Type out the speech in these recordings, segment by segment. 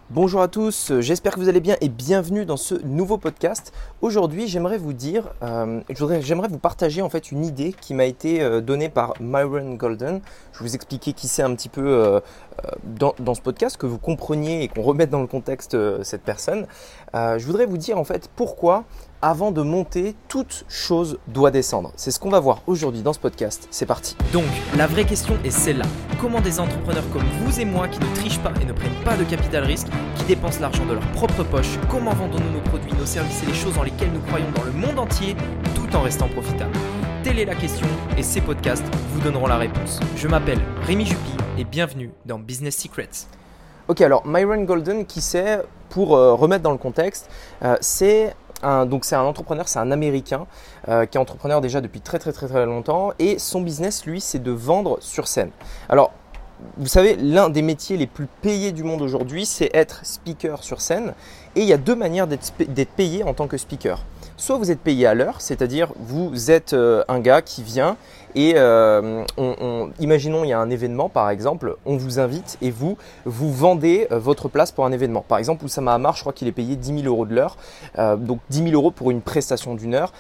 Bonjour à tous, j'espère que vous allez bien et bienvenue dans ce nouveau podcast. Aujourd'hui, j'aimerais vous partager en fait une idée qui m'a été donnée par Myron Golden. Je vais vous expliquer qui c'est un petit peu dans ce podcast, que vous compreniez et qu'on remette dans le contexte cette personne. Je voudrais vous dire en fait pourquoi avant de monter, toute chose doit descendre. C'est ce qu'on va voir aujourd'hui dans ce podcast. C'est parti. Donc, la vraie question est celle-là. Comment des entrepreneurs comme vous et moi qui ne trichent pas et ne prennent pas de capital risque, qui dépensent l'argent de leur propre poche, comment vendons-nous nos produits, nos services et les choses dans lesquelles nous croyons dans le monde entier, tout en restant profitables? Telle est la question et ces podcasts vous donneront la réponse. Je m'appelle Rémi Jupy et bienvenue dans Business Secrets. Ok, alors Myron Golden, qui c'est, pour remettre dans le contexte, c'est un entrepreneur, c'est un Américain qui est entrepreneur déjà depuis très longtemps et son business, lui, c'est de vendre sur scène. Alors, vous savez, l'un des métiers les plus payés du monde aujourd'hui, c'est être speaker sur scène. Et il y a deux manières d'être payé en tant que speaker. Soit vous êtes payé à l'heure, c'est-à-dire vous êtes un gars qui vient et imaginons il y a un événement par exemple, on vous invite et vous vendez votre place pour un événement. Par exemple, Oussama Hamar, je crois qu'il est payé 10 000 € de l'heure, donc 10 000 € pour une prestation d'une heure.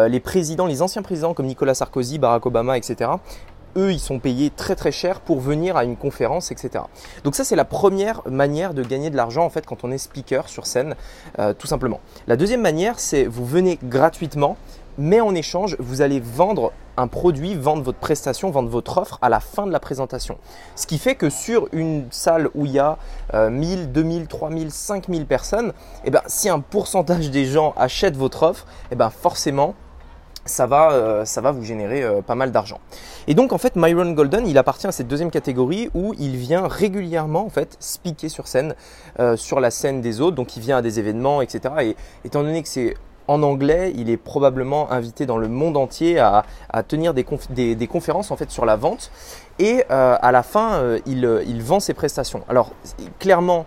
Les anciens présidents comme Nicolas Sarkozy, Barack Obama, etc., eux, ils sont payés très cher pour venir à une conférence, etc. Donc ça, c'est la première manière de gagner de l'argent en fait quand on est speaker sur scène, tout simplement. La deuxième manière, c'est vous venez gratuitement, mais en échange, vous allez vendre un produit, vendre votre prestation, vendre votre offre à la fin de la présentation. Ce qui fait que sur une salle où il y a 1000, 2000, 3000, 5000 personnes, si un pourcentage des gens achètent votre offre, forcément, ça va vous générer pas mal d'argent. Et donc en fait Myron Golden, il appartient à cette deuxième catégorie où il vient régulièrement en fait speaker sur scène, sur la scène des autres. Donc il vient à des événements, etc. Et étant donné que c'est en anglais, il est probablement invité dans le monde entier à tenir des conférences en fait sur la vente. Et à la fin, il vend ses prestations. Alors clairement,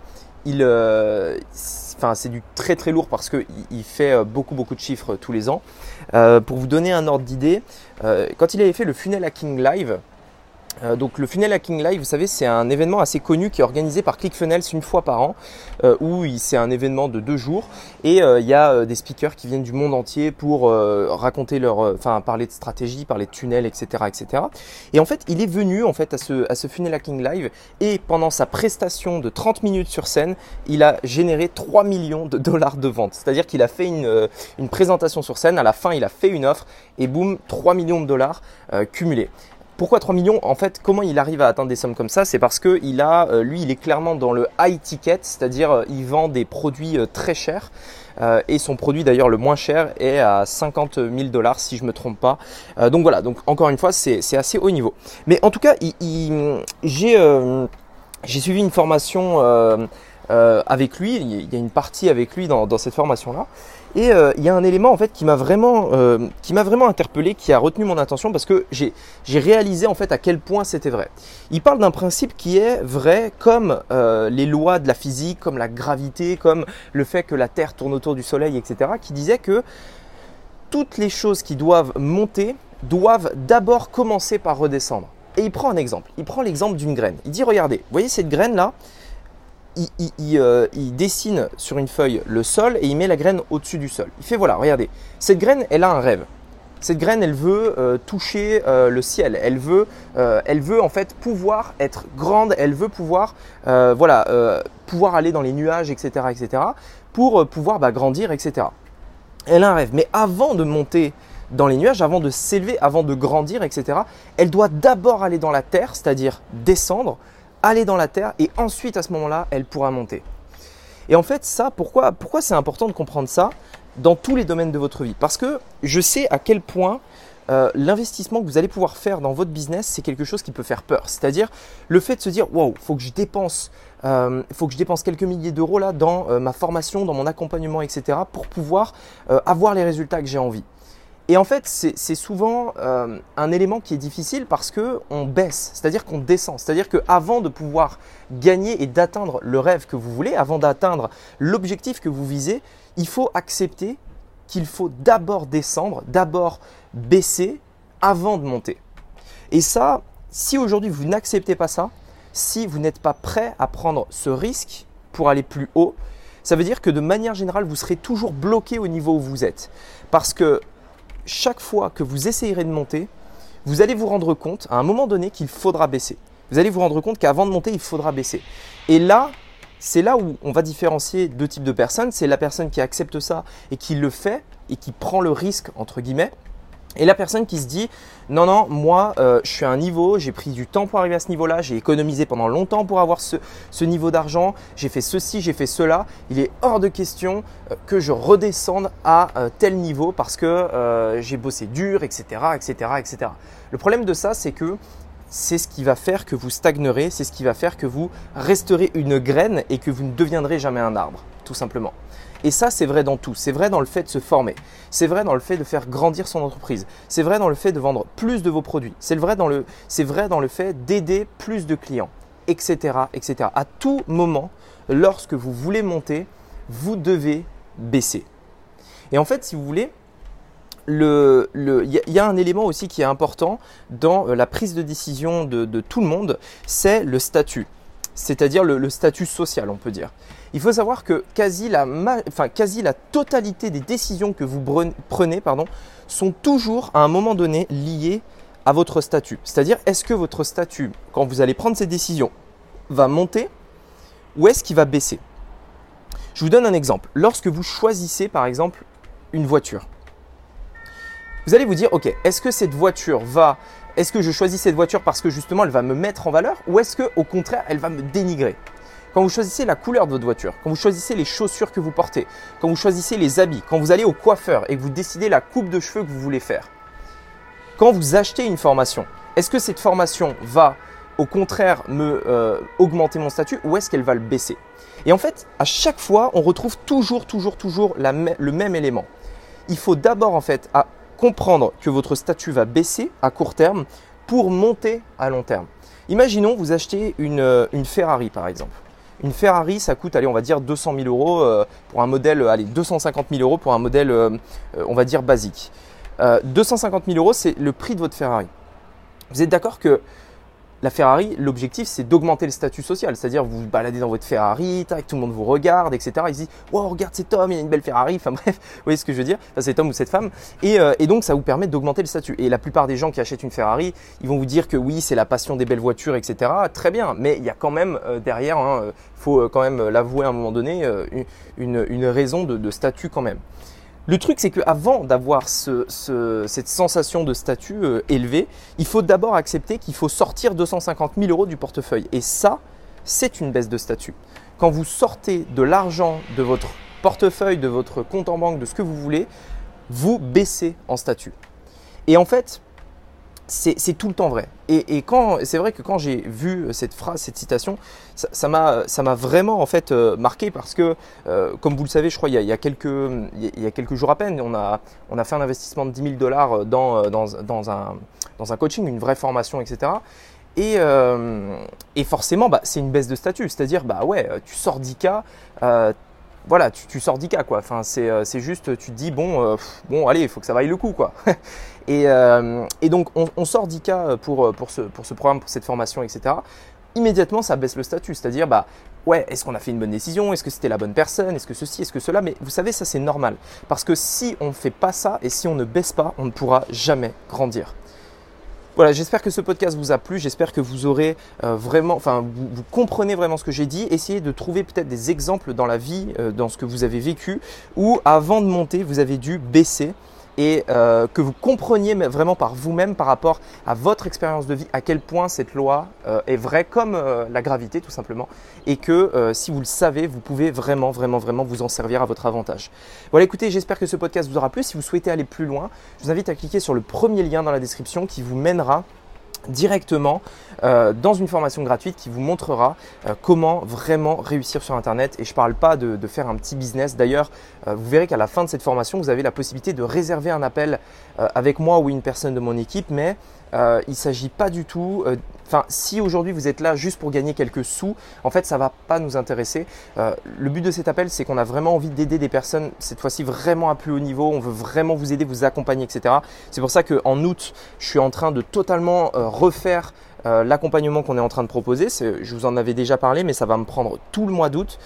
c'est du très lourd parce qu'il fait beaucoup de chiffres tous les ans. Pour vous donner un ordre d'idée, quand il avait fait le Funnel Hacking Live, donc le Funnel Hacking Live, vous savez, c'est un événement assez connu qui est organisé par ClickFunnels une fois par an, où c'est un événement de 2 jours et il y a des speakers qui viennent du monde entier pour raconter parler de stratégie, parler de tunnels, etc. Et en fait, il est venu en fait à ce Funnel Hacking Live et pendant sa prestation de 30 minutes sur scène, il a généré 3 millions de dollars de vente. C'est-à-dire qu'il a fait une présentation sur scène, à la fin, il a fait une offre et boum, 3 millions de dollars cumulés. Pourquoi 3 millions? En fait, comment il arrive à atteindre des sommes comme ça? C'est parce que il est clairement dans le high ticket, c'est-à-dire il vend des produits très chers. Et son produit d'ailleurs le moins cher est à 50 000 $ si je me trompe pas. Donc voilà, donc encore une fois, c'est assez haut niveau. Mais en tout cas, j'ai suivi une formation avec lui. Il y a une partie avec lui dans cette formation-là. Et il y a un élément en fait qui m'a vraiment interpellé, qui a retenu mon attention parce que j'ai réalisé en fait à quel point c'était vrai. Il parle d'un principe qui est vrai comme les lois de la physique, comme la gravité, comme le fait que la Terre tourne autour du Soleil, etc. Qui disait que toutes les choses qui doivent monter doivent d'abord commencer par redescendre. Et il prend un exemple. Il prend l'exemple d'une graine. Il dit regardez, vous voyez cette graine là? Il dessine sur une feuille le sol et il met la graine au-dessus du sol. Il fait voilà, regardez, cette graine, elle a un rêve. Cette graine, elle veut toucher le ciel. Elle veut en fait pouvoir être grande. Elle veut pouvoir aller dans les nuages, etc. pour pouvoir grandir, etc. Elle a un rêve. Mais avant de monter dans les nuages, avant de s'élever, avant de grandir, etc., elle doit d'abord aller dans la terre, c'est-à-dire descendre, aller dans la terre et ensuite à ce moment-là, elle pourra monter. Et en fait, ça, pourquoi c'est important de comprendre ça dans tous les domaines de votre vie? Parce que je sais à quel point l'investissement que vous allez pouvoir faire dans votre business, c'est quelque chose qui peut faire peur. C'est-à-dire le fait de se dire « wow, faut que je dépense quelques milliers d'euros là dans ma formation, dans mon accompagnement, etc. pour pouvoir avoir les résultats que j'ai envie ». Et en fait, c'est souvent un élément qui est difficile parce qu'on baisse, c'est-à-dire qu'on descend. C'est-à-dire qu'avant de pouvoir gagner et d'atteindre le rêve que vous voulez, avant d'atteindre l'objectif que vous visez, il faut accepter qu'il faut d'abord descendre, d'abord baisser avant de monter. Et ça, si aujourd'hui vous n'acceptez pas ça, si vous n'êtes pas prêt à prendre ce risque pour aller plus haut, ça veut dire que de manière générale, vous serez toujours bloqué au niveau où vous êtes. Parce que chaque fois que vous essayerez de monter, vous allez vous rendre compte à un moment donné qu'il faudra baisser. Vous allez vous rendre compte qu'avant de monter, il faudra baisser. Et là, c'est là où on va différencier deux types de personnes. C'est la personne qui accepte ça et qui le fait et qui prend le risque, entre guillemets. Et la personne qui se dit « Non, non, moi, je suis à un niveau, j'ai pris du temps pour arriver à ce niveau-là, j'ai économisé pendant longtemps pour avoir ce niveau d'argent, j'ai fait ceci, j'ai fait cela. Il est hors de question que je redescende à tel niveau parce que j'ai bossé dur, etc., etc., etc. » Le problème de ça, c'est que c'est ce qui va faire que vous stagnerez, c'est ce qui va faire que vous resterez une graine et que vous ne deviendrez jamais un arbre, tout simplement. Et ça, c'est vrai dans tout. C'est vrai dans le fait de se former. C'est vrai dans le fait de faire grandir son entreprise. C'est vrai dans le fait de vendre plus de vos produits. C'est vrai dans le fait d'aider plus de clients, etc., etc. À tout moment, lorsque vous voulez monter, vous devez baisser. Et en fait, si vous voulez, il y a un élément aussi qui est important dans la prise de décision de tout le monde, c'est le statut. C'est-à-dire le statut social, on peut dire. Il faut savoir que quasi la totalité des décisions que vous prenez sont toujours à un moment donné liées à votre statut. C'est-à-dire, est-ce que votre statut, quand vous allez prendre ces décisions, va monter ou est-ce qu'il va baisser? Je vous donne un exemple. Lorsque vous choisissez par exemple une voiture, vous allez vous dire, ok, est-ce que je choisis cette voiture parce que justement elle va me mettre en valeur ou est-ce qu'au contraire elle va me dénigrer? Quand vous choisissez la couleur de votre voiture, quand vous choisissez les chaussures que vous portez, quand vous choisissez les habits, quand vous allez au coiffeur et que vous décidez la coupe de cheveux que vous voulez faire, quand vous achetez une formation, est-ce que cette formation va au contraire augmenter mon statut ou est-ce qu'elle va le baisser? Et en fait, à chaque fois, on retrouve toujours le même élément. Il faut d'abord en fait comprendre que votre statut va baisser à court terme pour monter à long terme. Imaginons vous achetez une Ferrari par exemple. Une Ferrari, ça coûte, allez, on va dire 200 000 euros pour un modèle, 250 000 euros pour un modèle, on va dire basique. 250 000 euros, c'est le prix de votre Ferrari. Vous êtes d'accord que la Ferrari, l'objectif, c'est d'augmenter le statut social. C'est-à-dire, vous vous baladez dans votre Ferrari, tout le monde vous regarde, etc. Ils se disent « Wow, regarde cet homme, il a une belle Ferrari ». Enfin bref, vous voyez ce que je veux dire, enfin, cet homme ou cette femme. Et donc, ça vous permet d'augmenter le statut. Et la plupart des gens qui achètent une Ferrari, ils vont vous dire que oui, c'est la passion des belles voitures, etc. Très bien, mais il y a quand même derrière, faut quand même l'avouer à un moment donné, une raison de statut quand même. Le truc, c'est qu'avant d'avoir cette sensation de statut élevé, il faut d'abord accepter qu'il faut sortir 250 000 euros du portefeuille. Et ça, c'est une baisse de statut. Quand vous sortez de l'argent de votre portefeuille, de votre compte en banque, de ce que vous voulez, vous baissez en statut. Et en fait, c'est tout le temps vrai. Et c'est vrai que quand j'ai vu cette phrase, cette citation, ça m'a vraiment en fait marqué parce que, comme vous le savez, je crois il y a quelques jours à peine, on a fait un investissement de 10 000 $ dans un coaching, une vraie formation, etc. Et forcément, c'est une baisse de statut. C'est-à-dire, tu sors d'IK. Voilà, tu sors d'IK quoi. Enfin, c'est juste, tu te dis bon, allez, il faut que ça vaille le coup quoi. Et donc on sort d'IK pour ce programme, pour cette formation, etc. Immédiatement, ça baisse le statut. C'est-à-dire, est-ce qu'on a fait une bonne décision? Est-ce que c'était la bonne personne? Est-ce que ceci? Est-ce que cela? Mais vous savez, ça c'est normal. Parce que si on ne fait pas ça et si on ne baisse pas, on ne pourra jamais grandir. Voilà, j'espère que ce podcast vous a plu, j'espère que vous aurez vous comprenez vraiment ce que j'ai dit. Essayez de trouver peut-être des exemples dans la vie, dans ce que vous avez vécu, où avant de monter, vous avez dû baisser et que vous compreniez vraiment par vous-même, par rapport à votre expérience de vie, à quel point cette loi est vraie comme la gravité tout simplement, et que si vous le savez, vous pouvez vraiment vous en servir à votre avantage. Voilà, écoutez, j'espère que ce podcast vous aura plu. Si vous souhaitez aller plus loin, je vous invite à cliquer sur le premier lien dans la description qui vous mènera directement dans une formation gratuite qui vous montrera comment vraiment réussir sur Internet. Et je ne parle pas de faire un petit business. D'ailleurs, vous verrez qu'à la fin de cette formation, vous avez la possibilité de réserver un appel avec moi ou une personne de mon équipe. Mais il ne s'agit pas du tout… si aujourd'hui vous êtes là juste pour gagner quelques sous, en fait, ça ne va pas nous intéresser. Le but de cet appel, c'est qu'on a vraiment envie d'aider des personnes, cette fois-ci vraiment à plus haut niveau. On veut vraiment vous aider, vous accompagner, etc. C'est pour ça qu'en août, je suis en train de totalement refaire l'accompagnement qu'on est en train de proposer, je vous en avais déjà parlé, mais ça va me prendre tout le mois d'août.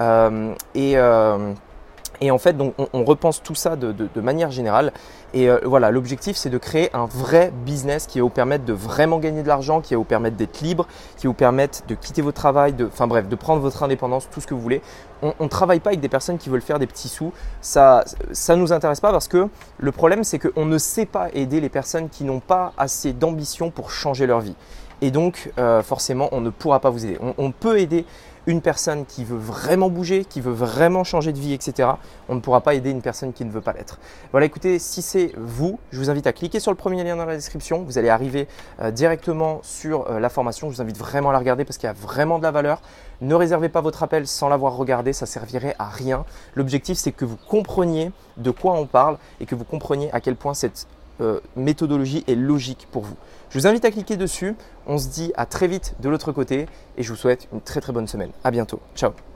Et en fait, donc, on repense tout ça de manière générale. Et voilà, l'objectif, c'est de créer un vrai business qui va vous permettre de vraiment gagner de l'argent, qui va vous permettre d'être libre, qui va vous permettre de quitter votre travail, enfin bref, de prendre votre indépendance, tout ce que vous voulez. On ne travaille pas avec des personnes qui veulent faire des petits sous. Ça nous intéresse pas parce que le problème, c'est qu'on ne sait pas aider les personnes qui n'ont pas assez d'ambition pour changer leur vie. Et donc, forcément, on ne pourra pas vous aider. On peut aider une personne qui veut vraiment bouger, qui veut vraiment changer de vie, etc. On ne pourra pas aider une personne qui ne veut pas l'être. Voilà, écoutez, si c'est vous, je vous invite à cliquer sur le premier lien dans la description. Vous allez arriver directement sur la formation. Je vous invite vraiment à la regarder parce qu'il y a vraiment de la valeur. Ne réservez pas votre appel sans l'avoir regardé, ça ne servirait à rien. L'objectif, c'est que vous compreniez de quoi on parle et que vous compreniez à quel point cette méthodologie est logique pour vous. Je vous invite à cliquer dessus. On se dit à très vite de l'autre côté et je vous souhaite une très très bonne semaine. À bientôt. Ciao.